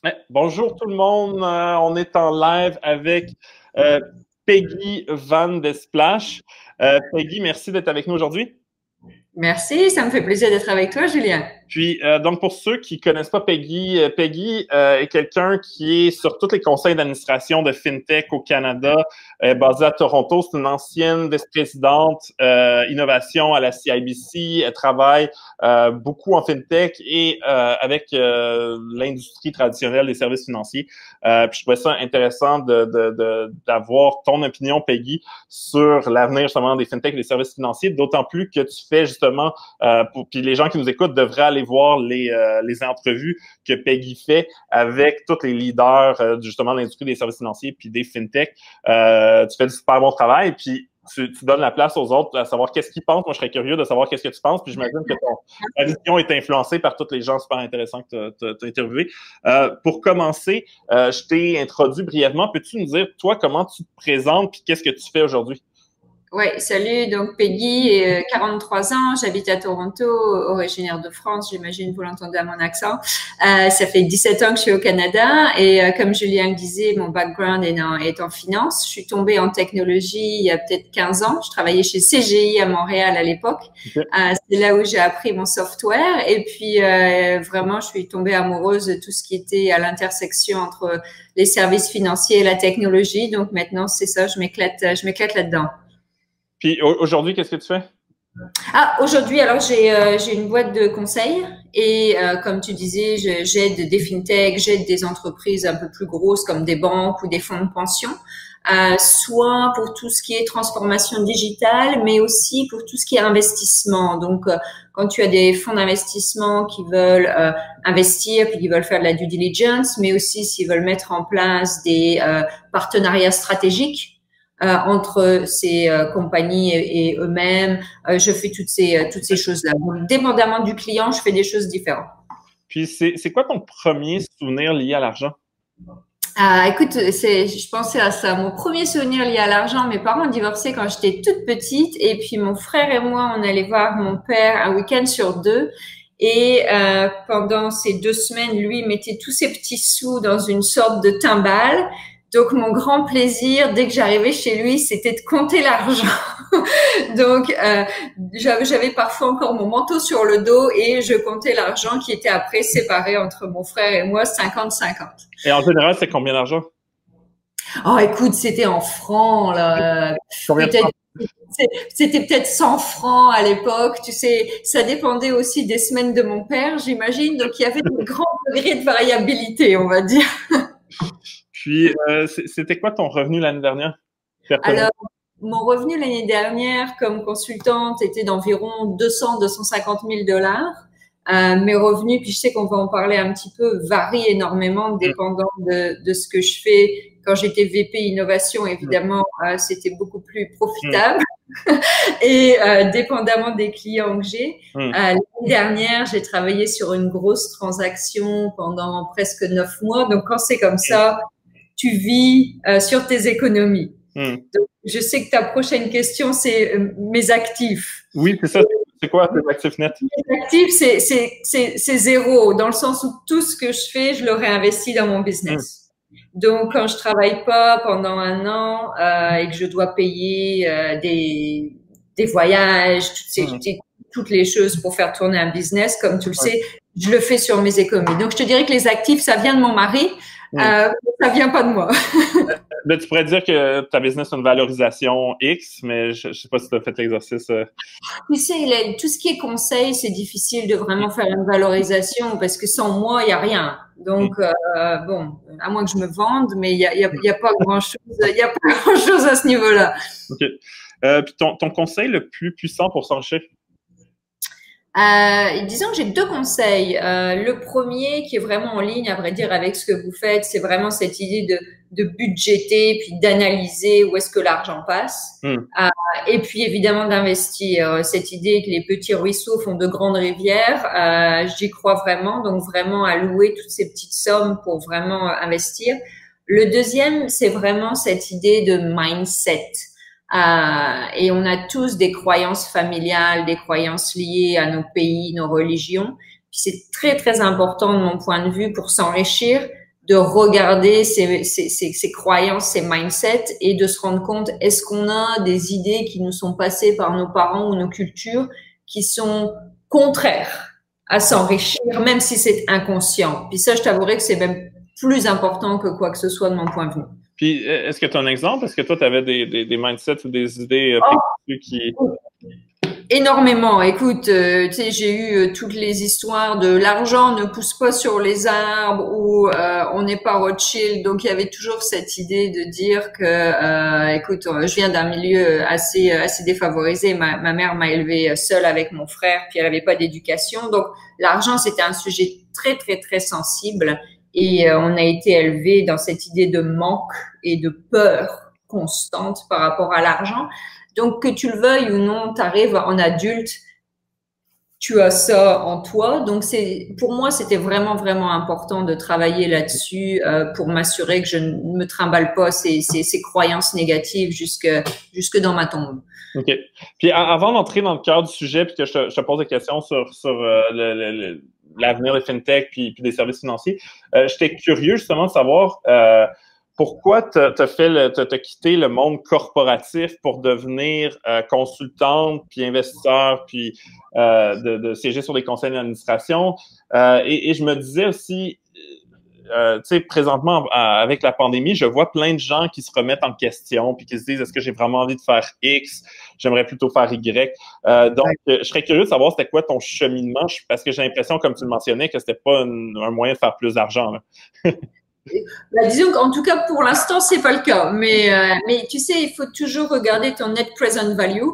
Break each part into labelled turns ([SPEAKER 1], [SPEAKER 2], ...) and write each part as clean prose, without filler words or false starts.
[SPEAKER 1] Ouais, bonjour tout le monde, on est en live avec euh, Peggy Van Desplash. Peggy, merci d'être avec nous aujourd'hui.
[SPEAKER 2] Merci, ça me fait plaisir d'être avec toi, Julien.
[SPEAKER 1] Puis, donc, pour ceux qui connaissent pas Peggy, Peggy est quelqu'un qui est sur tous les conseils d'administration de FinTech au Canada, basée à Toronto. C'est une ancienne vice-présidente innovation à la CIBC. Elle travaille beaucoup en FinTech et avec l'industrie traditionnelle des services financiers. Puis, je trouvais ça intéressant d'avoir ton opinion, Peggy, sur l'avenir justement des FinTech et des services financiers, d'autant plus que tu fais justement puis les gens qui nous écoutent devraient aller voir les entrevues que Peggy fait avec tous les leaders justement de l'industrie des services financiers puis des fintech. Tu fais du super bon travail, puis tu donnes la place aux autres à savoir qu'est-ce qu'ils pensent. Moi, je serais curieux de savoir qu'est-ce que tu penses, puis j'imagine que ta vision est influencée par tous les gens super intéressants que tu as interviewés. Pour commencer, je t'ai introduit brièvement. Peux-tu nous dire, toi, comment tu te présentes, puis qu'est-ce que tu fais aujourd'hui?
[SPEAKER 2] Ouais, salut, donc Peggy, 43 ans, j'habite à Toronto, originaire de France, j'imagine vous l'entendez à mon accent. Ça fait 17 ans que je suis au Canada et comme Julien le disait, mon background est en finance. Je suis tombée en technologie il y a peut-être 15 ans. Je travaillais chez CGI à Montréal à l'époque.
[SPEAKER 1] Okay.
[SPEAKER 2] C'est là où j'ai appris mon software et puis vraiment, je suis tombée amoureuse de tout ce qui était à l'intersection entre les services financiers et la technologie. Donc maintenant, c'est ça, je m'éclate là-dedans.
[SPEAKER 1] Puis aujourd'hui, qu'est-ce que tu fais?
[SPEAKER 2] Aujourd'hui, alors j'ai une boîte de conseil et comme tu disais, j'aide des fintechs, j'aide des entreprises un peu plus grosses comme des banques ou des fonds de pension, soit pour tout ce qui est transformation digitale, mais aussi pour tout ce qui est investissement. Donc, quand tu as des fonds d'investissement qui veulent investir puis qui veulent faire de la due diligence, mais aussi s'ils veulent mettre en place des partenariats stratégiques entre ces compagnies et eux-mêmes. Je fais toutes ces choses-là. Donc, dépendamment du client, je fais des choses différentes.
[SPEAKER 1] Puis, c'est quoi ton premier souvenir lié à l'argent?
[SPEAKER 2] Écoute, je pensais à ça. Mon premier souvenir lié à l'argent, mes parents ont divorcé quand j'étais toute petite et puis mon frère et moi, on allait voir mon père un week-end sur deux. Et pendant ces 2 semaines, lui mettait tous ses petits sous dans une sorte de timbale. Donc, mon grand plaisir, dès que j'arrivais chez lui, c'était de compter l'argent. Donc, j'avais parfois encore mon manteau sur le dos et je comptais l'argent qui était après séparé entre mon frère et moi, 50-50.
[SPEAKER 1] Et en général, c'est combien d'argent?
[SPEAKER 2] Oh, écoute, c'était en francs, là.
[SPEAKER 1] Combien de
[SPEAKER 2] Peut-être,
[SPEAKER 1] temps?
[SPEAKER 2] c'était peut-être 100 francs à l'époque. Tu sais, ça dépendait aussi des semaines de mon père, j'imagine. Donc, il y avait un grand degré de variabilité, on va dire.
[SPEAKER 1] Puis, c'était quoi ton revenu l'année dernière? Personnel?
[SPEAKER 2] Alors, mon revenu l'année dernière comme consultante était d'environ 200-250 000 dollars. Mes revenus, puis je sais qu'on va en parler un petit peu, varient énormément dépendant de ce que je fais. Quand j'étais VP Innovation, évidemment, c'était beaucoup plus profitable. Et dépendamment des clients que j'ai. L'année dernière, j'ai travaillé sur une grosse transaction pendant presque 9 mois. Donc, quand c'est comme ça, tu vis sur tes économies. Donc, je sais que ta prochaine question, c'est mes actifs.
[SPEAKER 1] Oui, c'est ça. C'est quoi tes actifs nets?
[SPEAKER 2] Mes actifs, c'est zéro, dans le sens où tout ce que je fais, je le réinvestis dans mon business. Donc, quand je travaille pas pendant un an et que je dois payer des voyages, toutes les choses pour faire tourner un business, comme tu le sais, je le fais sur mes économies. Donc, je te dirais que les actifs, ça vient de mon mari, ça vient pas de moi.
[SPEAKER 1] Ben, tu pourrais dire que ta business a une valorisation X, mais je sais pas si tu as fait l'exercice.
[SPEAKER 2] Tu sais, tout ce qui est conseil, c'est difficile de vraiment faire une valorisation parce que sans moi, il y a rien. Donc, bon, à moins que je me vende, mais il y a pas grand-chose, il y a pas grand-chose à ce niveau-là.
[SPEAKER 1] OK. Puis ton conseil le plus puissant pour s'enrichir?
[SPEAKER 2] Disons que j'ai 2 conseils. Le premier, qui est vraiment en ligne, à vrai dire, avec ce que vous faites, c'est vraiment cette idée de budgéter puis d'analyser où est-ce que l'argent passe. Et puis évidemment d'investir. Cette idée que les petits ruisseaux font de grandes rivières, j'y crois vraiment. Donc vraiment allouer toutes ces petites sommes pour vraiment investir. Le deuxième, c'est vraiment cette idée de mindset. Et on a tous des croyances familiales, des croyances liées à nos pays, nos religions. Puis c'est très, très important de mon point de vue pour s'enrichir, de regarder ses croyances, ses mindsets et de se rendre compte, est-ce qu'on a des idées qui nous sont passées par nos parents ou nos cultures qui sont contraires à s'enrichir, même si c'est inconscient. Puis ça, je t'avouerai que c'est même plus important que quoi que ce soit de mon point de vue.
[SPEAKER 1] Puis, est-ce que tu as un exemple? Est-ce que toi, tu avais des mindsets ou des idées qui...
[SPEAKER 2] Énormément. Écoute, tu sais, j'ai eu toutes les histoires de l'argent ne pousse pas sur les arbres ou on n'est pas Rothschild. Donc, il y avait toujours cette idée de dire que, écoute, je viens d'un milieu assez défavorisé. Ma mère m'a élevée seule avec mon frère, puis elle avait pas d'éducation. Donc, l'argent, c'était un sujet très, très, très sensible. Et on a été élevé dans cette idée de manque et de peur constante par rapport à l'argent. Donc, que tu le veuilles ou non, tu arrives en adulte, tu as ça en toi. Donc, pour moi, c'était vraiment, vraiment important de travailler là-dessus pour m'assurer que je ne me trimballe pas ces croyances négatives jusque dans ma tombe.
[SPEAKER 1] OK. Puis, avant d'entrer dans le cœur du sujet, puis que je te pose des questions sur l'avenir des fintech puis des services financiers, j'étais curieux justement de savoir pourquoi t'as quitté le monde corporatif pour devenir consultante, puis investisseur, puis de siéger sur des conseils d'administration. Et je me disais aussi, tu sais, présentement, avec la pandémie, je vois plein de gens qui se remettent en question, puis qui se disent, est-ce que j'ai vraiment envie de faire X? J'aimerais plutôt faire Y. Donc, je serais curieux de savoir c'était quoi ton cheminement, parce que j'ai l'impression, comme tu le mentionnais, que c'était pas un moyen de faire plus d'argent, là.
[SPEAKER 2] Bah, disons qu'en tout cas, pour l'instant, c'est pas le cas. Mais tu sais, il faut toujours regarder ton net present value.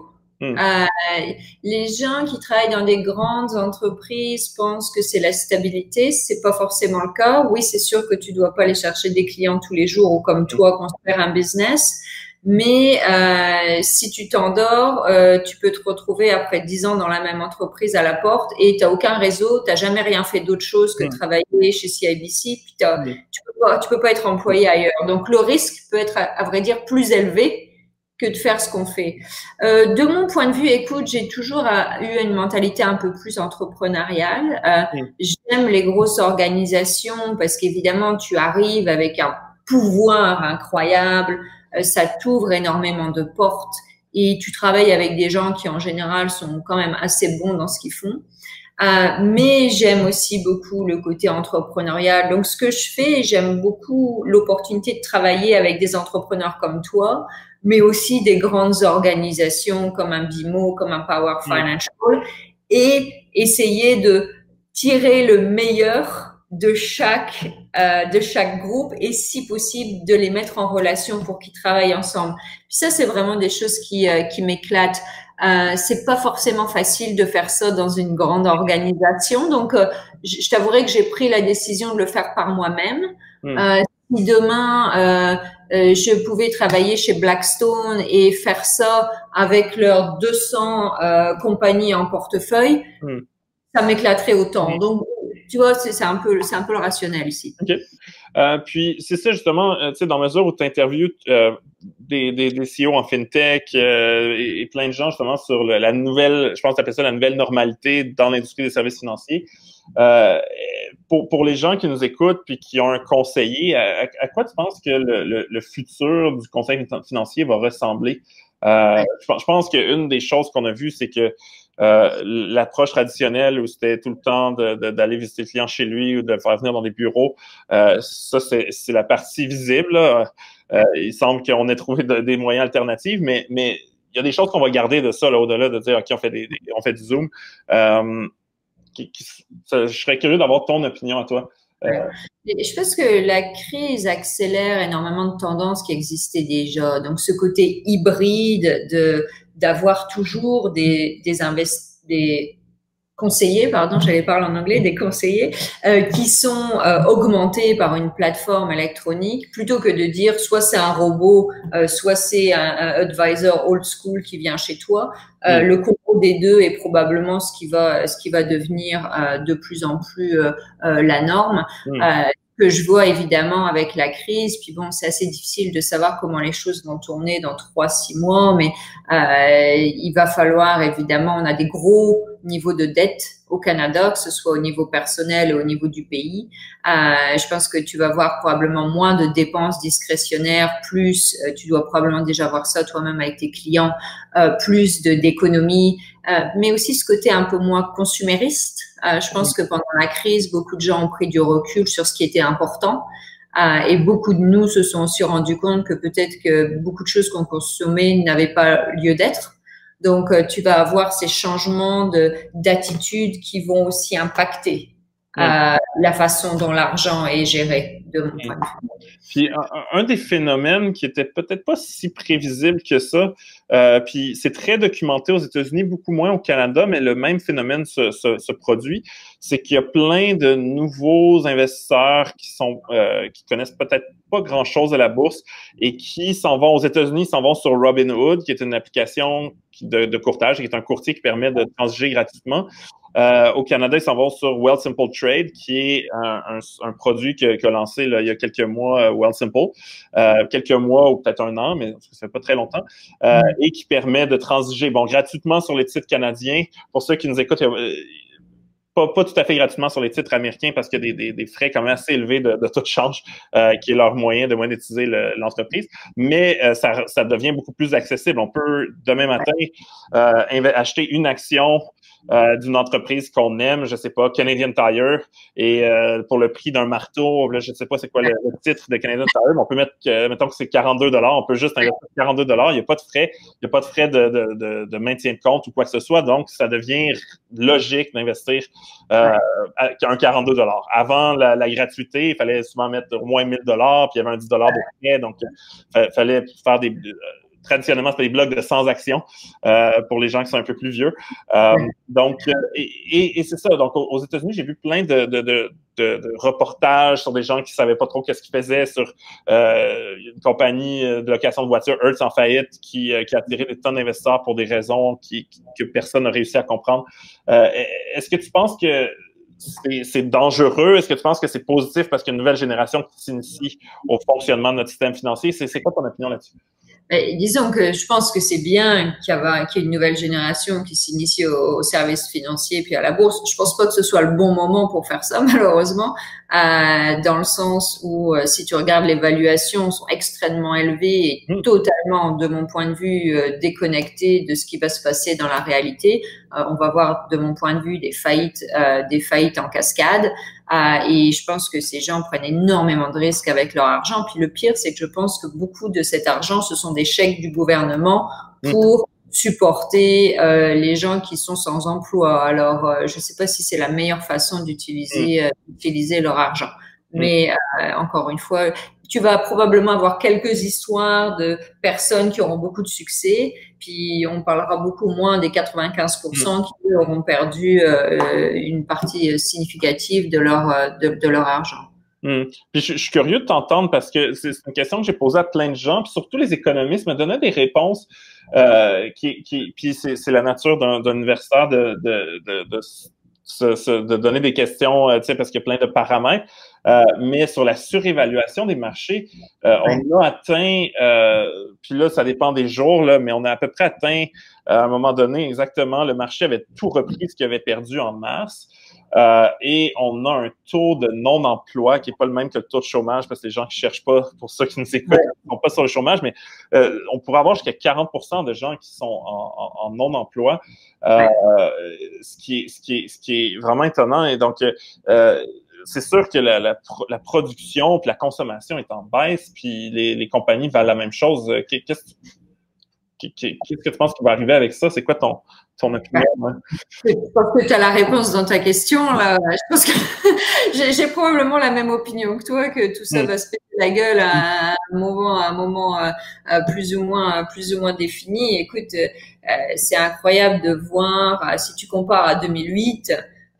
[SPEAKER 2] Les gens qui travaillent dans des grandes entreprises pensent que c'est la stabilité. C'est pas forcément le cas. Oui, c'est sûr que tu dois pas aller chercher des clients tous les jours ou comme toi construire un business. Mais si tu t'endors, tu peux te retrouver après 10 ans dans la même entreprise à la porte et t'as aucun réseau, t'as jamais rien fait d'autre chose que travailler chez CIBC, puis tu peux pas être employé ailleurs. Donc le risque peut être à vrai dire plus élevé que de faire ce qu'on fait. De mon point de vue, écoute, j'ai toujours eu une mentalité un peu plus entrepreneuriale. J'aime les grosses organisations parce qu'évidemment, tu arrives avec un pouvoir incroyable, ça t'ouvre énormément de portes et tu travailles avec des gens qui en général sont quand même assez bons dans ce qu'ils font. Mais j'aime aussi beaucoup le côté entrepreneurial. Donc, ce que je fais, j'aime beaucoup l'opportunité de travailler avec des entrepreneurs comme toi, mais aussi des grandes organisations comme un BMO, comme un Power Financial, et essayer de tirer le meilleur de chaque groupe et si possible de les mettre en relation pour qu'ils travaillent ensemble. Puis ça, c'est vraiment des choses qui m'éclatent. C'est pas forcément facile de faire ça dans une grande organisation. Donc, je t'avouerai que j'ai pris la décision de le faire par moi-même. Si demain, je pouvais travailler chez Blackstone et faire ça avec leurs 200 compagnies en portefeuille, ça m'éclaterait autant. Donc, tu vois, c'est un peu le rationnel ici.
[SPEAKER 1] OK. Puis, c'est ça, justement, tu sais, dans mesure où tu interviews des CEO en FinTech et plein de gens, justement, sur la nouvelle, je pense que tu appelles ça la nouvelle normalité dans l'industrie des services financiers. Pour les gens qui nous écoutent puis qui ont un conseiller, à quoi tu penses que le futur du conseil financier va ressembler? Je pense qu'une des choses qu'on a vues, c'est que l'approche traditionnelle où c'était tout le temps d'aller visiter le client chez lui ou de le faire venir dans des bureaux, ça, c'est la partie visible, là. Il semble qu'on ait trouvé des moyens alternatifs, mais il y a des choses qu'on va garder de ça, là, au-delà de dire, OK, on fait du Zoom. Je serais curieux d'avoir ton opinion à toi.
[SPEAKER 2] Je pense que la crise accélère énormément de tendances qui existaient déjà. Donc, ce côté hybride d'avoir toujours des conseillers, pardon, j'allais parler en anglais, des conseillers qui sont augmentés par une plateforme électronique, plutôt que de dire soit c'est un robot, soit c'est un advisor old school qui vient chez toi. Le combo des deux est probablement ce qui va devenir de plus en plus la norme. Que je vois évidemment avec la crise, puis bon, c'est assez difficile de savoir comment les choses vont tourner dans 3-6 mois, mais il va falloir évidemment, on a des gros niveau de dette au Canada, que ce soit au niveau personnel et au niveau du pays. Je pense que tu vas voir probablement moins de dépenses discrétionnaires, plus tu dois probablement déjà voir ça toi-même avec tes clients, plus d'économies, mais aussi ce côté un peu moins consumériste. Je pense que pendant la crise, beaucoup de gens ont pris du recul sur ce qui était important. Et beaucoup de nous se sont aussi rendus compte que peut-être que beaucoup de choses qu'on consommait n'avaient pas lieu d'être. Donc, tu vas avoir ces changements d'attitude qui vont aussi impacter la façon dont l'argent est géré, de mon point de vue.
[SPEAKER 1] Puis un des phénomènes qui était peut-être pas si prévisible que ça, puis c'est très documenté aux États-Unis, beaucoup moins au Canada, mais le même phénomène se produit, c'est qu'il y a plein de nouveaux investisseurs qui connaissent peut-être pas grand-chose de la bourse et qui s'en vont aux États-Unis, s'en vont sur Robinhood, qui est une application de courtage, qui est un courtier qui permet de transiger gratuitement. Au Canada, ils s'en vont sur Wealthsimple Trade, qui est un produit qu'a lancé là, il y a quelques mois Wealthsimple, quelques mois ou peut-être un an, mais ça fait pas très longtemps, et qui permet de transiger gratuitement sur les titres canadiens. Pour ceux qui nous écoutent, pas tout à fait gratuitement sur les titres américains parce qu'il y a des frais quand même assez élevés de taux de change, qui est leur moyen de monétiser l'entreprise. Mais ça devient beaucoup plus accessible. On peut, demain matin, acheter une action d'une entreprise qu'on aime, je sais pas, Canadian Tire, et pour le prix d'un marteau, là, je sais pas c'est quoi le titre de Canadian Tire, mais on peut mettre, mettons que c'est 42 $, on peut juste investir 42 $, il n'y a pas de frais, il n'y a pas de frais de maintien de compte ou quoi que ce soit, donc ça devient logique d'investir un 42 $. Avant la gratuité, il fallait souvent mettre au moins 1 000 $, puis il y avait un 10 $ de frais, donc il fallait faire traditionnellement, c'était des blocs de 100 actions pour les gens qui sont un peu plus vieux. Donc, et c'est ça. Donc, aux États-Unis, j'ai vu plein de reportages sur des gens qui savaient pas trop qu'est-ce qu'ils faisaient sur une compagnie de location de voitures, Hertz en faillite, qui a attiré des tonnes d'investisseurs pour des raisons que personne n'a réussi à comprendre. Est-ce que tu penses que c'est dangereux? Est-ce que tu penses que c'est positif parce qu'il y a une nouvelle génération qui s'initie au fonctionnement de notre système financier? C'est quoi ton opinion là-dessus?
[SPEAKER 2] Disons que je pense que c'est bien qu'il y ait une nouvelle génération qui s'initie aux services financiers puis à la bourse. Je pense pas que ce soit le bon moment pour faire ça, malheureusement, dans le sens où si tu regardes les valuations sont extrêmement élevées et totalement, de mon point de vue, déconnectées de ce qui va se passer dans la réalité. On va voir, de mon point de vue, des faillites en cascade. Et je pense que ces gens prennent énormément de risques avec leur argent. Puis le pire, c'est que je pense que beaucoup de cet argent, ce sont des chèques du gouvernement pour supporter les gens qui sont sans emploi. Alors, je ne sais pas si c'est la meilleure façon d'utiliser leur argent. Mais encore une fois, tu vas probablement avoir quelques histoires de personnes qui auront beaucoup de succès, puis on parlera beaucoup moins des 95% qui auront perdu une partie significative de leur argent.
[SPEAKER 1] Puis je suis curieux de t'entendre parce que c'est une question que j'ai posée à plein de gens, puis surtout les économistes me donnaient des réponses puis c'est la nature d'un universitaire de donner des questions, tu sais, parce qu'il y a plein de paramètres. Mais sur la surévaluation des marchés, on a atteint, puis là, ça dépend des jours, là, mais on a à peu près atteint, à un moment donné, exactement, le marché avait tout repris ce qu'il avait perdu en mars. Et on a un taux de non-emploi qui est pas le même que le taux de chômage, parce que les gens qui cherchent pas, pour ceux qui ne s'écoutent, ne sont pas sur le chômage, mais on pourrait avoir jusqu'à 40% de gens qui sont en non-emploi, ce qui est vraiment étonnant. Et donc, c'est sûr que la production puis la consommation est en baisse, puis les compagnies valent la même chose. Qu'est-ce que tu penses qui va arriver avec ça? C'est quoi ton opinion?
[SPEAKER 2] Je pense que tu as la réponse dans ta question. Là. Je pense que j'ai probablement la même opinion que toi, que tout ça va se péter la gueule à un moment plus ou moins défini. Écoute, c'est incroyable de voir, si tu compares à 2008,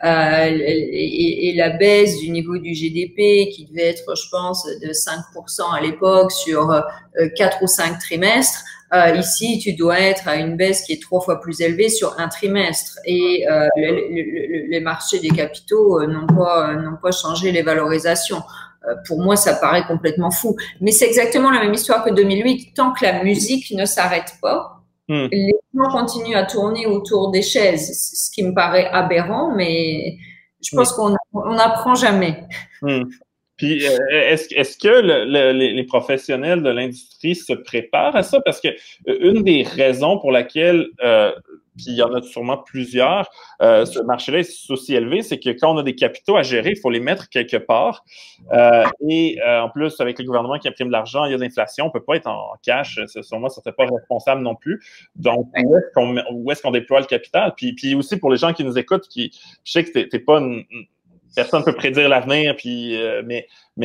[SPEAKER 2] et la baisse du niveau du GDP qui devait être, je pense, de 5% à l'époque sur 4 ou 5 trimestres. Ici, tu dois être à une baisse qui est 3 fois plus élevée sur un trimestre. Et les marchés des capitaux n'ont pas changé les valorisations. Pour moi, ça paraît complètement fou. Mais c'est exactement la même histoire que 2008. Tant que la musique ne s'arrête pas, Les gens continuent à tourner autour des chaises, ce qui me paraît aberrant, mais je pense qu'on n'apprend jamais.
[SPEAKER 1] Puis, est-ce que les professionnels de l'industrie se préparent à ça? Parce que une des raisons pour laquelle, puis il y en a sûrement plusieurs, ce marché-là est aussi élevé, c'est que quand on a des capitaux à gérer, il faut les mettre quelque part. En plus, avec le gouvernement qui imprime de l'argent, il y a de l'inflation, on peut pas être en cash. Sur moi, ça serait pas responsable non plus. Donc, où est-ce qu'on déploie le capital? Puis aussi pour les gens qui nous écoutent, je sais que t'es pas personne ne peut prédire l'avenir, puis mais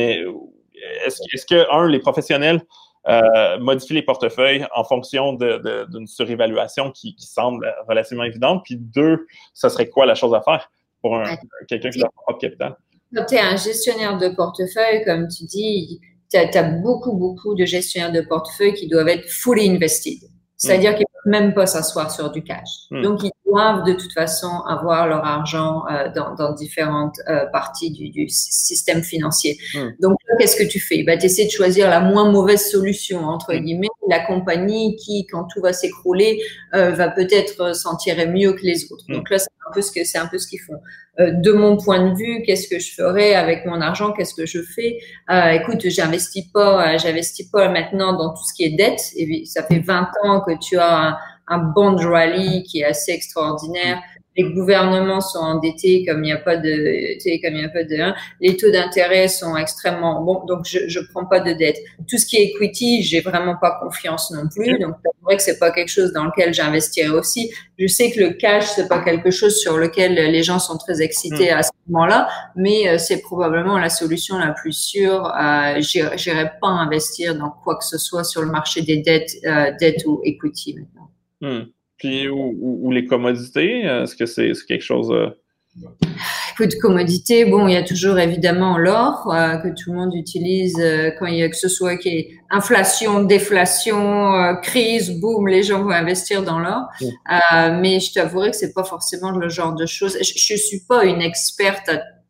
[SPEAKER 1] est-ce que les professionnels modifient les portefeuilles en fonction d'une surévaluation qui semble relativement évidente, puis deux, ça serait quoi la chose à faire pour quelqu'un qui a son propre capital?
[SPEAKER 2] Quand tu es un gestionnaire de portefeuille, comme tu dis, tu as beaucoup de gestionnaires de portefeuille qui doivent être fully invested. C'est-à-dire qu'ils ne peuvent même pas s'asseoir sur du cash. Donc, ils doivent de toute façon avoir leur argent dans différentes parties du système financier. Donc, qu'est-ce que tu fais? Tu essaies de choisir la moins mauvaise solution, entre guillemets, la compagnie qui, quand tout va s'écrouler, va peut-être s'en tirer mieux que les autres. Donc là, c'est un peu ce qu'ils font. De mon point de vue, qu'est-ce que je ferais avec mon argent? Qu'est-ce que je fais? Écoute, j'investis pas maintenant dans tout ce qui est dette. Et ça fait 20 ans que tu as un bond rally qui est assez extraordinaire. Les gouvernements sont endettés comme il n'y a pas de, les taux d'intérêt sont extrêmement bons, donc je prends pas de dette. Tout ce qui est equity, j'ai vraiment pas confiance non plus, donc c'est vrai que c'est pas quelque chose dans lequel j'investirais aussi. Je sais que le cash, c'est pas quelque chose sur lequel les gens sont très excités à ce moment-là, mais c'est probablement la solution la plus sûre. J'irai pas investir dans quoi que ce soit sur le marché des dettes ou equity maintenant.
[SPEAKER 1] Puis, ou les commodités, est-ce que c'est quelque chose...
[SPEAKER 2] Écoute, commodité, bon, il y a toujours évidemment l'or que tout le monde utilise quand il y a que ce soit qui est inflation, déflation, crise, boum, les gens vont investir dans l'or. Mais je t'avouerai que c'est pas forcément le genre de choses. Je suis pas une experte.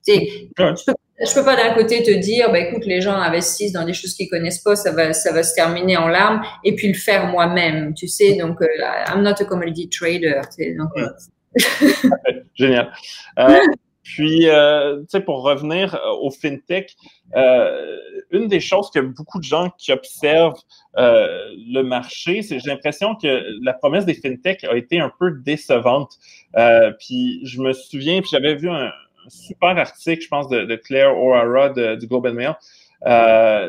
[SPEAKER 2] Je peux pas d'un côté te dire, écoute, les gens investissent dans des choses qu'ils connaissent pas, ça va se terminer en larmes, et puis le faire moi-même, tu sais. Donc, I'm not a commodity trader. Tu sais, donc,
[SPEAKER 1] Génial. Puis, tu sais, pour revenir au FinTech, une des choses que beaucoup de gens qui observent le marché, j'ai l'impression que la promesse des FinTech a été un peu décevante. Puis, je me souviens, puis j'avais vu un super article, je pense, de Claire O'Hara du Globe and Mail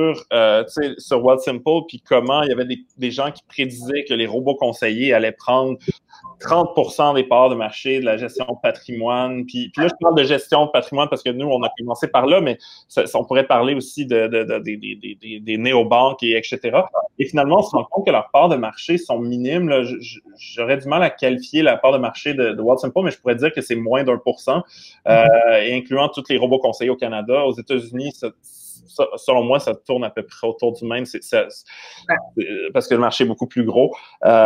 [SPEAKER 1] sur Wealthsimple, puis comment il y avait des gens qui prédisaient que les robots conseillers allaient prendre 30% des parts de marché de la gestion de patrimoine. Puis là, je parle de gestion de patrimoine parce que nous, on a commencé par là, mais on pourrait parler aussi des néobanques et etc. Et finalement, on se rend compte que leurs parts de marché sont minimes. Là. J'aurais du mal à qualifier la part de marché de Wealthsimple, mais je pourrais dire que c'est moins d'1%, et incluant tous les robots conseillers au Canada. Aux États-Unis, selon moi, ça tourne à peu près autour du même, parce que le marché est beaucoup plus gros.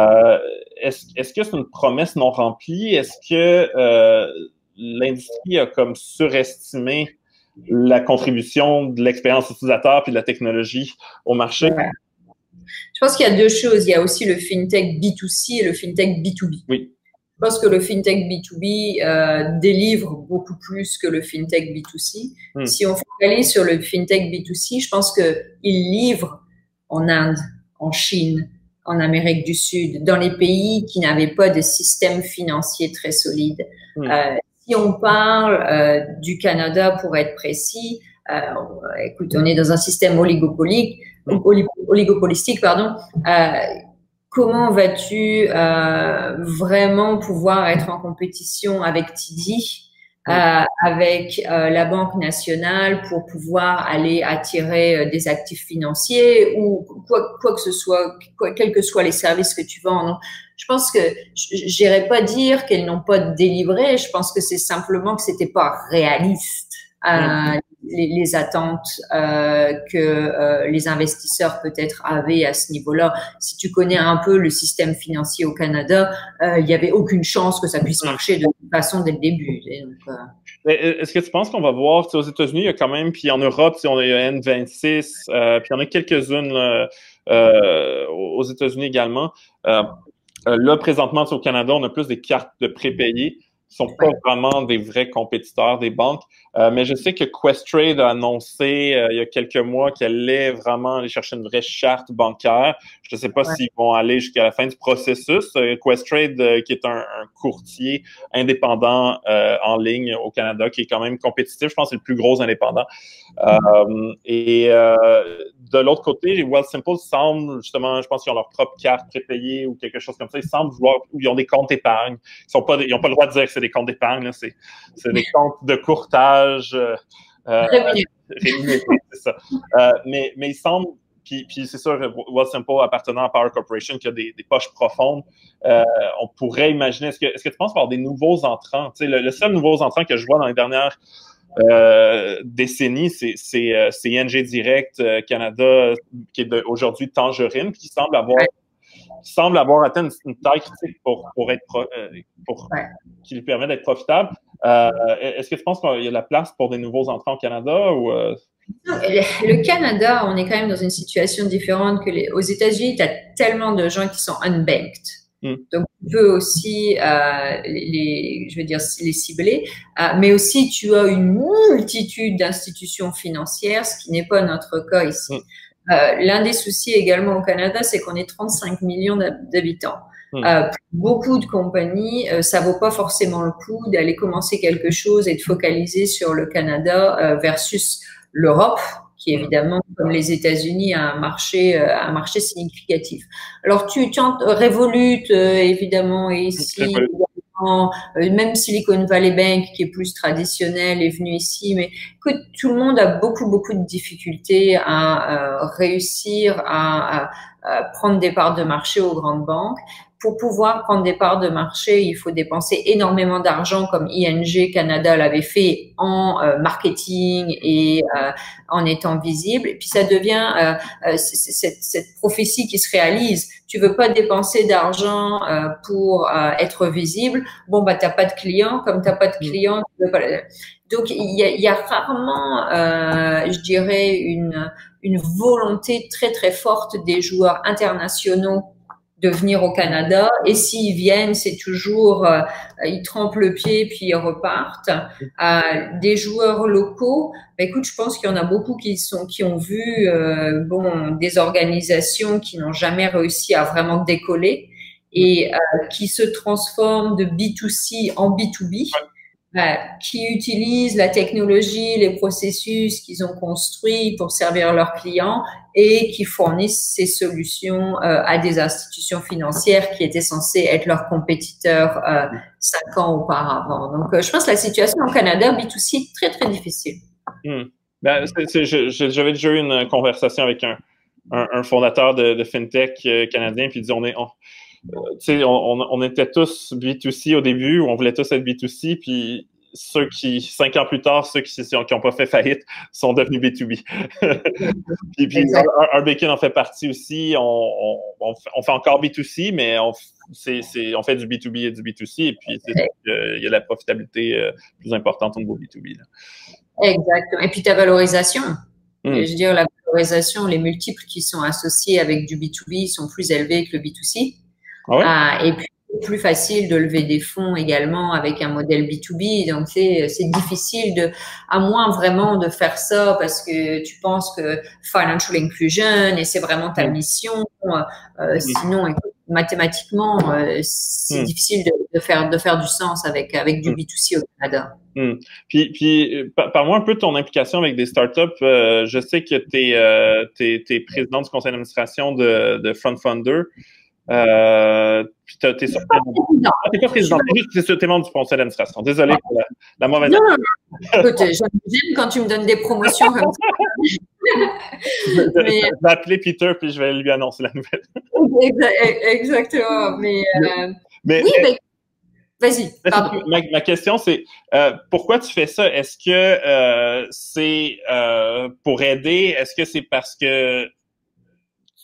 [SPEAKER 1] Est-ce que c'est une promesse non remplie? Est-ce que l'industrie a comme surestimé la contribution de l'expérience utilisateur puis de la technologie au marché?
[SPEAKER 2] Je pense qu'il y a deux choses. Il y a aussi le FinTech B2C et le FinTech B2B.
[SPEAKER 1] Oui.
[SPEAKER 2] Je pense que le FinTech B2B délivre beaucoup plus que le FinTech B2C. Si on focalise sur le FinTech B2C, je pense qu'il livre en Inde, en Chine, en Amérique du Sud, dans les pays qui n'avaient pas de système financier très solide. Si on parle du Canada, pour être précis, écoute, on est dans un système oligopolistique, comment vas-tu vraiment pouvoir être en compétition avec TD, avec la Banque nationale pour pouvoir aller attirer des actifs financiers ou quoi que ce soit, quels que soient les services que tu vends. Donc, je pense que j'irais pas dire qu'elles n'ont pas délivré. Je pense que c'est simplement que c'était pas réaliste. Les attentes que les investisseurs peut-être avaient à ce niveau-là. Si tu connais un peu le système financier au Canada, il n'y avait aucune chance que ça puisse marcher de toute façon dès le début. Donc,
[SPEAKER 1] est-ce que tu penses qu'on va voir, aux États-Unis, il y a quand même, puis en Europe, on a N26, puis il y en a quelques-unes aux États-Unis également. Là, présentement, au Canada, on a plus des cartes de prépayés qui sont pas vraiment des vrais compétiteurs des banques. Mais je sais que Questrade a annoncé il y a quelques mois qu'elle allait vraiment aller chercher une vraie charte bancaire. Je ne sais pas s'ils vont aller jusqu'à la fin du processus. Questrade, qui est un courtier indépendant en ligne au Canada, qui est quand même compétitif. Je pense que c'est le plus gros indépendant. De l'autre côté, Wealthsimple semble, justement, je pense qu'ils ont leur propre carte prépayée ou quelque chose comme ça. Ils semblent vouloir, ou ils ont des comptes épargne. Ils n'ont pas le droit de dire que c'est des comptes d'épargne, là. C'est des comptes de courtage rémunérés, c'est ça. Mais il semble, puis c'est sûr, Wealthsimple appartenant à Power Corporation qui a des poches profondes, on pourrait imaginer, est-ce que tu penses avoir des nouveaux entrants? Tu sais, le seul nouveau entrant que je vois dans les dernières décennies, c'est ING Direct Canada, qui est aujourd'hui Tangerine, qui semble avoir atteint une taille critique pour qui lui permet d'être profitable. Est-ce que tu penses qu'il y a de la place pour des nouveaux entrants au Canada ou
[SPEAKER 2] Le Canada, on est quand même dans une situation différente que aux États-Unis. Tu as tellement de gens qui sont unbanked. Donc, tu peux aussi je veux dire, les cibler, mais aussi tu as une multitude d'institutions financières, ce qui n'est pas notre cas ici. L'un des soucis également au Canada, c'est qu'on est 35 millions d'habitants. Beaucoup de compagnies, ça vaut pas forcément le coup d'aller commencer quelque chose et de focaliser sur le Canada versus l'Europe, qui évidemment, comme les États-Unis, a un marché significatif. Alors, tu Revolut, évidemment, et ici, même Silicon Valley Bank, qui est plus traditionnel, est venu ici, mais écoute, tout le monde a beaucoup de difficultés à réussir à prendre des parts de marché aux grandes banques. Pour pouvoir prendre des parts de marché, il faut dépenser énormément d'argent, comme ING Canada l'avait fait en marketing et en étant visible. Et puis ça devient cette prophétie qui se réalise. Tu veux pas dépenser d'argent pour être visible. Bon, bah t'as pas de clients. Comme t'as pas de clients, tu veux pas. Donc il y a rarement, je dirais, une volonté très forte des joueurs internationaux de venir au Canada, et s'ils viennent, c'est toujours ils trempent le pied puis ils repartent. Des joueurs locaux, bah, écoute, je pense qu'il y en a beaucoup qui ont vu des organisations qui n'ont jamais réussi à vraiment décoller et qui se transforment de B2C en B2B. Qui utilisent la technologie, les processus qu'ils ont construits pour servir leurs clients et qui fournissent ces solutions à des institutions financières qui étaient censées être leurs compétiteurs 5 ans auparavant. Donc, je pense que la situation au Canada, B2C, est très difficile.
[SPEAKER 1] J'avais déjà eu une conversation avec un fondateur de FinTech canadien, puis il dit on était tous B2C au début, on voulait tous être B2C, puis 5 ans plus tard, ceux qui n'ont pas fait faillite sont devenus B2B. puis Arbekin en fait partie aussi. On fait encore B2C, mais on fait du B2B et du B2C, et puis il y a la profitabilité plus importante au niveau B2B. Là.
[SPEAKER 2] Exactement. Et puis ta valorisation. Je veux dire, la valorisation, les multiples qui sont associés avec du B2B sont plus élevés que le B2C. Et puis, c'est plus facile de lever des fonds également avec un modèle B2B. Donc, c'est difficile à moins vraiment de faire ça parce que tu penses que financial inclusion et c'est vraiment ta mission. Sinon, écoute, mathématiquement, c'est difficile de faire du sens avec du B2C au Canada.
[SPEAKER 1] Puis parle-moi un peu de ton implication avec des startups. Je sais que t'es président du conseil d'administration de FrontFunder. Puis t'es sorti. T'es pas président, t'es membre du conseil d'administration. Désolé pour la mauvaise.
[SPEAKER 2] Non. Écoute, j'aime quand tu me donnes des promotions comme ça.
[SPEAKER 1] Je vais appeler Peter puis je vais lui annoncer la nouvelle.
[SPEAKER 2] Exactement. Mais oui, vas-y.
[SPEAKER 1] Ma question, c'est pourquoi tu fais ça? Est-ce que c'est pour aider? Est-ce que c'est parce que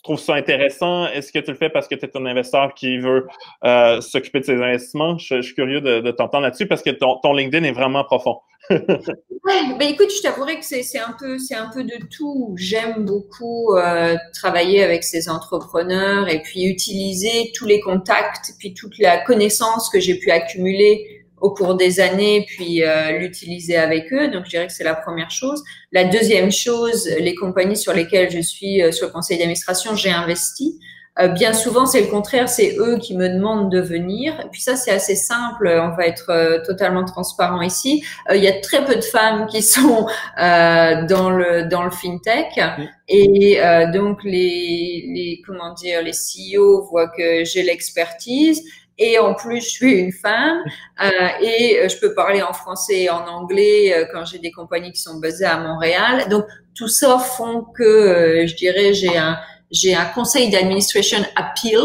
[SPEAKER 1] trouves ça intéressant? Est-ce que tu le fais parce que tu es un investisseur qui veut s'occuper de ses investissements? Je suis curieux de t'entendre là-dessus parce que ton LinkedIn est vraiment profond.
[SPEAKER 2] Ouais, ben écoute, je t'avouerai que c'est un peu de tout. J'aime beaucoup travailler avec ces entrepreneurs et puis utiliser tous les contacts, puis toute la connaissance que j'ai pu accumuler au cours des années, puis l'utiliser avec eux. Donc, je dirais que c'est la première chose. La deuxième chose, les compagnies sur lesquelles je suis sur le conseil d'administration, j'ai investi. Bien souvent, c'est le contraire, c'est eux qui me demandent de venir. Et puis ça, c'est assez simple. On va être totalement transparent ici. Il y a très peu de femmes qui sont dans le fintech, et donc les comment dire, les CEO voient que j'ai l'expertise. Et en plus, je suis une femme et je peux parler en français et en anglais quand j'ai des compagnies qui sont basées à Montréal. Donc tout ça font que je dirais j'ai un conseil d'administration appeal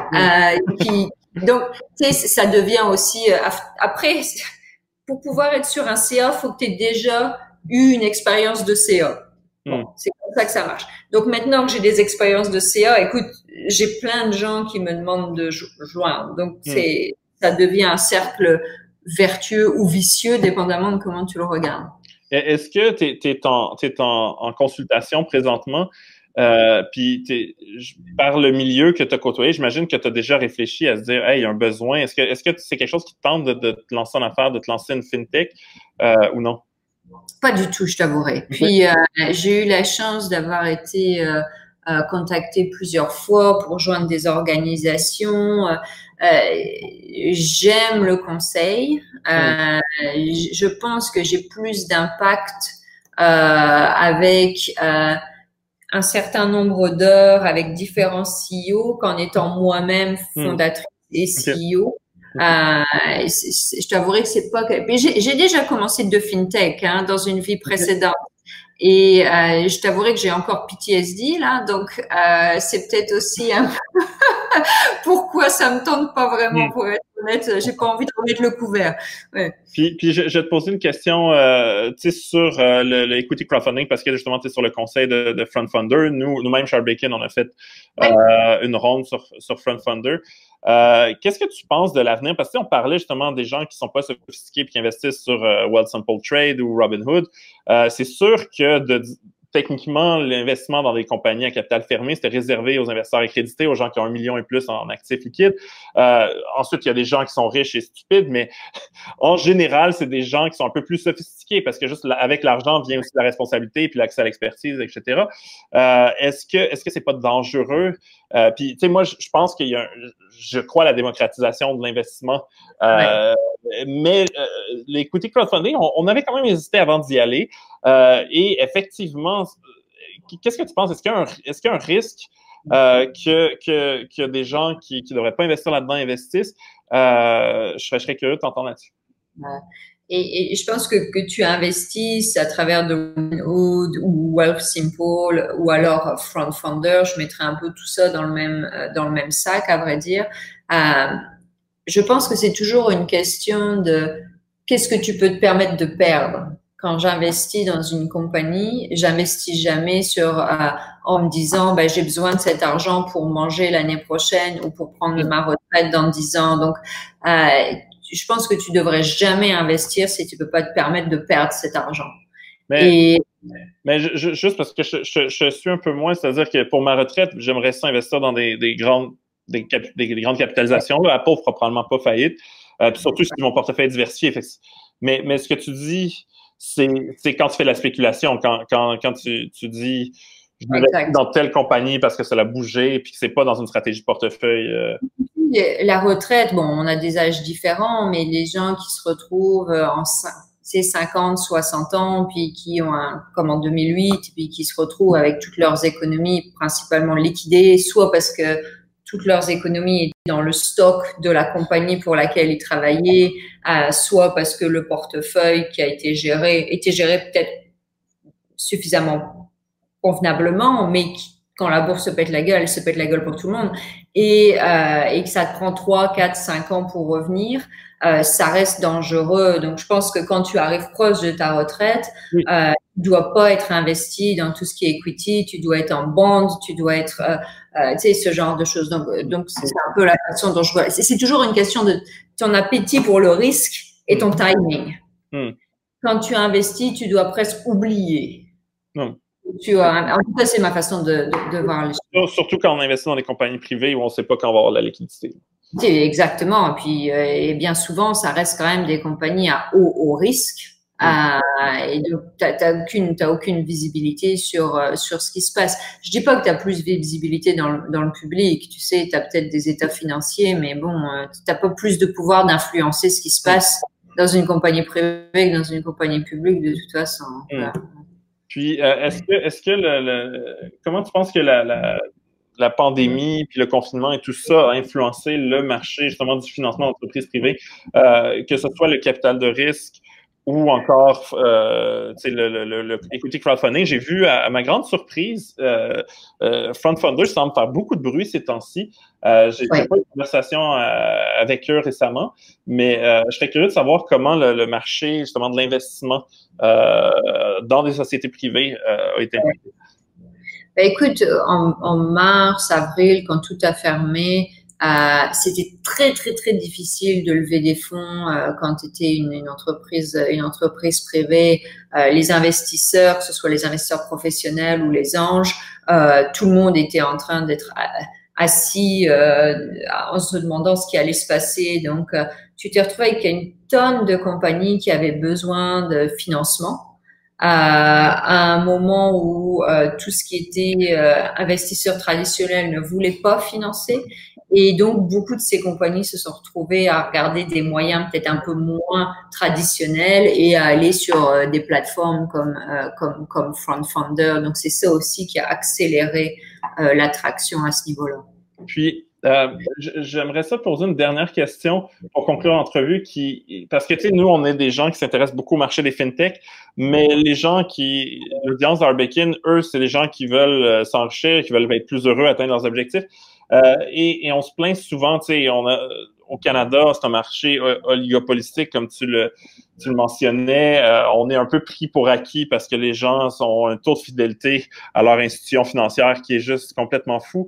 [SPEAKER 2] donc tu sais, ça devient aussi après pour pouvoir être sur un CA, faut que tu aies déjà eu une expérience de CA. Bon, c'est comme ça que ça marche. Donc maintenant que j'ai des expériences de CA, écoute, j'ai plein de gens qui me demandent de joindre. Donc ça devient un cercle vertueux ou vicieux, dépendamment de comment tu le regardes.
[SPEAKER 1] Est-ce que t'es en consultation présentement? Puis par le milieu que tu as côtoyé, j'imagine que tu as déjà réfléchi à se dire, hey, il y a un besoin. Est-ce que c'est quelque chose qui te tente de te lancer en affaires, de te lancer une fintech ou non?
[SPEAKER 2] Pas du tout, je t'avouerai. Puis j'ai eu la chance d'avoir été contactée plusieurs fois pour joindre des organisations. J'aime le conseil. Je pense que j'ai plus d'impact avec un certain nombre d'heures avec différents CEO qu'en étant moi-même fondatrice et CEO. Je t'avouerai que c'est pas que... J'ai déjà commencé de fintech dans une vie précédente. Et je t'avouerai que j'ai encore PTSD là, donc c'est peut-être aussi un peu pourquoi ça me tente pas vraiment, pour être honnête. J'ai pas envie de remettre le couvert. Ouais.
[SPEAKER 1] Puis je vais te poser une question sur le equity crowdfunding parce que justement tu es sur le conseil de FrontFunder. Nous-mêmes, Charles Bacon, on a fait une ronde sur FrontFunder. Qu'est-ce que tu penses de l'avenir? Parce que on parlait justement des gens qui sont pas sophistiqués et qui investissent sur Wealthsimple Trade ou Robinhood. C'est sûr que techniquement, l'investissement dans des compagnies à capital fermé, c'était réservé aux investisseurs accrédités, aux gens qui ont 1 million et plus en actifs liquides. Ensuite, il y a des gens qui sont riches et stupides, mais en général, c'est des gens qui sont un peu plus sophistiqués parce que juste avec l'argent vient aussi la responsabilité puis l'accès à l'expertise, etc. Est-ce que c'est pas dangereux? Puis, tu sais, moi, je pense je crois à la démocratisation de l'investissement. Mais l'equity crowdfunding, on avait quand même hésité avant d'y aller. Et effectivement, qu'est-ce que tu penses? Est-ce qu'il y a un risque que des gens qui devraient pas investir là-dedans investissent? Je serais curieux de t'entendre là-dessus.
[SPEAKER 2] Et je pense que tu investisses à travers de Robinhood ou Wealthsimple ou alors FrontFunder, je mettrais un peu tout ça dans le même sac, à vrai dire. Je pense que c'est toujours une question de qu'est-ce que tu peux te permettre de perdre. Quand j'investis dans une compagnie, j'investis jamais en me disant j'ai besoin de cet argent pour manger l'année prochaine ou pour prendre ma retraite dans 10 ans. Donc je pense que tu devrais jamais investir si tu peux pas te permettre de perdre cet argent.
[SPEAKER 1] Mais juste parce que je suis un peu moins, c'est-à-dire que pour ma retraite, j'aimerais ça investir dans des grandes capitalisations. Là, Apple fera probablement pas faillite. Puis surtout si mon portefeuille est diversifié. Mais ce que tu dis, c'est quand tu fais de la spéculation, quand tu dis je vais dans telle compagnie parce que ça l'a bougé puis que c'est pas dans une stratégie de portefeuille.
[SPEAKER 2] La retraite, bon, on a des âges différents, mais les gens qui se retrouvent en 50, 60 ans, puis qui ont comme en 2008, puis qui se retrouvent avec toutes leurs économies principalement liquidées, soit parce que toutes leurs économies étaient dans le stock de la compagnie pour laquelle ils travaillaient, soit parce que le portefeuille qui a été géré était géré peut-être suffisamment convenablement, mais quand la bourse se pète la gueule, elle se pète la gueule pour tout le monde. Et que ça te prend 3, 4, 5 ans pour revenir, ça reste dangereux. Donc, je pense que quand tu arrives proche de ta retraite,
[SPEAKER 1] Oui.
[SPEAKER 2] tu dois pas être investi dans tout ce qui est equity, tu dois être en bond, tu dois être, tu sais, ce genre de choses. Donc c'est un peu la façon dont je vois. C'est toujours une question de ton appétit pour le risque et ton timing. Quand tu investis, tu dois presque oublier. En tout cas, c'est ma façon de voir les
[SPEAKER 1] choses. Surtout quand on investit dans des compagnies privées où on ne sait pas quand on va avoir la liquidité.
[SPEAKER 2] Exactement. Et bien souvent, ça reste quand même des compagnies à haut risque. Et donc, t'as aucune visibilité sur ce qui se passe. Je dis pas que t'as plus de visibilité dans le public. Tu sais, t'as peut-être des états financiers, mais bon, t'as pas plus de pouvoir d'influencer ce qui se passe dans une compagnie privée que dans une compagnie publique, de toute façon.
[SPEAKER 1] Puis, comment tu penses que la pandémie puis le confinement et tout ça a influencé le marché justement du financement d'entreprises privées, que ce soit le capital de risque ou encore le equity crowdfunding? J'ai vu, à ma grande surprise, FrontFunder semble faire beaucoup de bruit ces temps-ci. J'ai pas eu de conversation avec eux récemment, mais je serais curieux de savoir comment le marché justement de l'investissement dans des sociétés privées a été impacté.
[SPEAKER 2] Écoute, en mars, avril, quand tout a fermé, c'était très très très difficile de lever des fonds quand tu étais une entreprise privée. Les investisseurs, que ce soit les investisseurs professionnels ou les anges, tout le monde était en train d'être assis en se demandant ce qui allait se passer. Donc, tu t'es retrouvé avec une tonne de compagnies qui avaient besoin de financement. À un moment où tout ce qui était investisseurs traditionnels ne voulait pas financer, et donc beaucoup de ces compagnies se sont retrouvées à regarder des moyens peut-être un peu moins traditionnels et à aller sur des plateformes comme FrontFunder. Donc c'est ça aussi qui a accéléré l'attraction à ce niveau-là.
[SPEAKER 1] Puis j'aimerais ça poser une dernière question pour conclure l'entrevue, parce que tu sais, nous, on est des gens qui s'intéressent beaucoup au marché des fintechs, mais les gens l'audience d'Arbekin, eux, c'est des gens qui veulent s'enrichir, qui veulent être plus heureux, atteindre leurs objectifs. Et on se plaint souvent, tu sais, au Canada, c'est un marché oligopolistique, comme tu le mentionnais. On est un peu pris pour acquis parce que les gens ont un taux de fidélité à leur institution financière qui est juste complètement fou.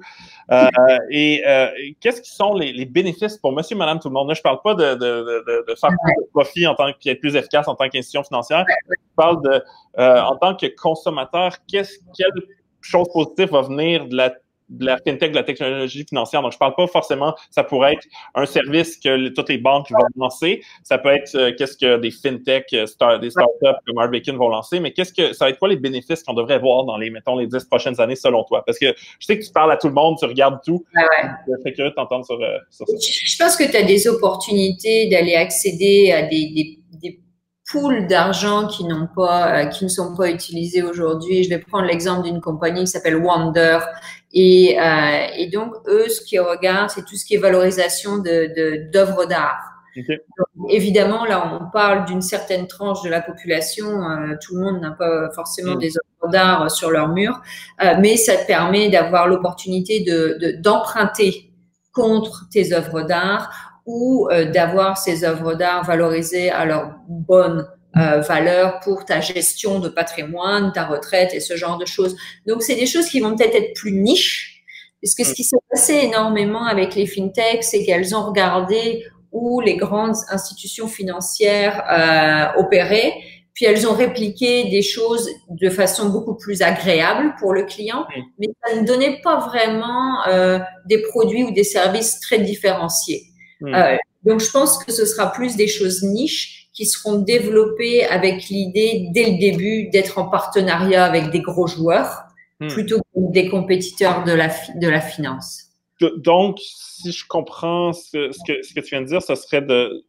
[SPEAKER 1] Qu'est-ce qui sont les bénéfices pour monsieur, madame, tout le monde? Là, je parle pas de faire plus de profit puis être plus efficace en tant qu'institution financière. Je parle en tant que consommateur, quelle chose positive va venir de la fintech, de la technologie financière. Donc, je parle pas forcément, ça pourrait être un service que toutes les banques vont lancer. Ça peut être qu'est-ce que des fintech, des startups comme Arbekin vont lancer, mais ça va être quoi les bénéfices qu'on devrait voir dans les 10 prochaines années selon toi? Parce que je sais que tu parles à tout le monde, tu regardes tout. Je serais curieux de t'entendre sur ça.
[SPEAKER 2] Je pense que tu as des opportunités d'aller accéder à des pools d'argent qui ne sont pas utilisés aujourd'hui. Je vais prendre l'exemple d'une compagnie qui s'appelle Wonder. Et donc, eux, ce qu'ils regardent, c'est tout ce qui est valorisation d'œuvres d'art.
[SPEAKER 1] Okay.
[SPEAKER 2] Donc, évidemment, là, on parle d'une certaine tranche de la population. Tout le monde n'a pas forcément des œuvres d'art sur leur mur, mais ça te permet d'avoir l'opportunité d'emprunter contre tes œuvres d'art ou d'avoir ces œuvres d'art valorisées à leur bonne valeur pour ta gestion de patrimoine, ta retraite et ce genre de choses. Donc, c'est des choses qui vont peut-être être plus niches, parce que ce qui s'est passé énormément avec les fintechs, c'est qu'elles ont regardé où les grandes institutions financières opéraient, puis elles ont répliqué des choses de façon beaucoup plus agréable pour le client, mais ça ne donnait pas vraiment des produits ou des services très différenciés. Donc, je pense que ce sera plus des choses niches qui seront développées avec l'idée, dès le début, d'être en partenariat avec des gros joueurs plutôt que des compétiteurs de la finance.
[SPEAKER 1] Donc, si je comprends ce que tu viens de dire, ce serait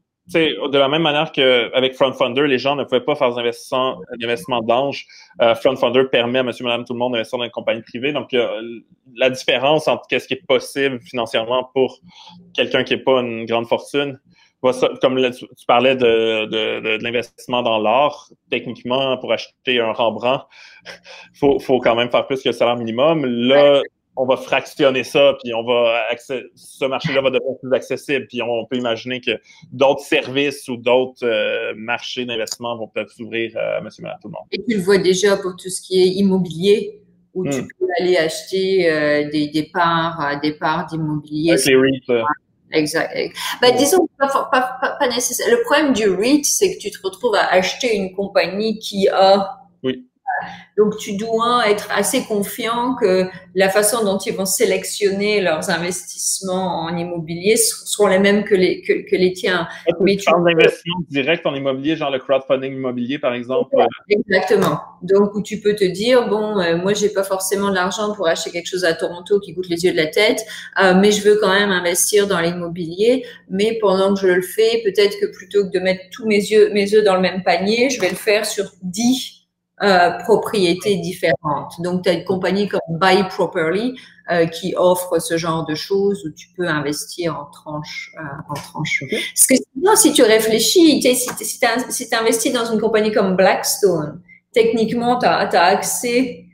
[SPEAKER 1] de la même manière qu'avec FrontFunder, les gens ne pouvaient pas faire des investissements d'ange. FrontFunder permet à monsieur, madame, tout le monde d'investir dans une compagnie privée. Donc, la différence entre ce qui est possible financièrement pour quelqu'un qui n'est pas une grande fortune Comme là, tu parlais de l'investissement dans l'art, techniquement, pour acheter un Rembrandt, faut quand même faire plus que le salaire minimum. Là, on va fractionner ça, puis ce marché-là va devenir plus accessible, puis on peut imaginer que d'autres services ou d'autres marchés d'investissement vont peut-être s'ouvrir à monsieur et madame tout le monde.
[SPEAKER 2] Et tu le vois déjà pour tout ce qui est immobilier, où tu peux aller acheter des parts d'immobilier.
[SPEAKER 1] Avec les REIT.
[SPEAKER 2] Exact. Disons, pas nécessaire. Le problème du REIT, c'est que tu te retrouves à acheter une compagnie qui a...
[SPEAKER 1] Oui.
[SPEAKER 2] Donc, tu dois être assez confiant que la façon dont ils vont sélectionner leurs investissements en immobilier seront les mêmes que les tiens.
[SPEAKER 1] Mais tu parles d'investissement direct en immobilier, genre le crowdfunding immobilier, par exemple.
[SPEAKER 2] Exactement. Donc, où tu peux te dire, bon, moi, j'ai pas forcément de l'argent pour acheter quelque chose à Toronto qui coûte les yeux de la tête, mais je veux quand même investir dans l'immobilier. Mais pendant que je le fais, peut-être que plutôt que de mettre tous mes œufs dans le même panier, je vais le faire sur 10 propriétés différentes. Donc, tu as une compagnie comme Buy Properly qui offre ce genre de choses où tu peux investir en tranches. Okay. Parce que sinon, si tu réfléchis, si tu investis dans une compagnie comme Blackstone, techniquement, tu as accès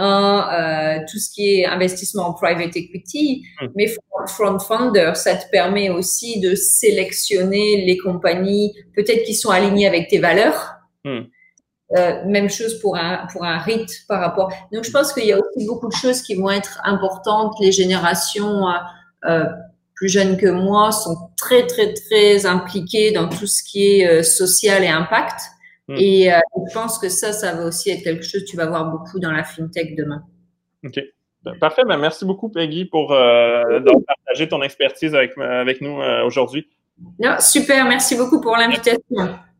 [SPEAKER 2] à tout ce qui est investissement en private equity, mais front funder, ça te permet aussi de sélectionner les compagnies peut-être qui sont alignées avec tes valeurs. Même chose pour un REIT par rapport. Donc, je pense qu'il y a aussi beaucoup de choses qui vont être importantes. Les générations plus jeunes que moi sont très, très, très impliquées dans tout ce qui est social et impact. Et je pense que ça va aussi être quelque chose que tu vas voir beaucoup dans la FinTech demain.
[SPEAKER 1] OK. Parfait. Merci beaucoup, Peggy, pour partager ton expertise avec nous aujourd'hui.
[SPEAKER 2] Super. Merci beaucoup pour l'invitation.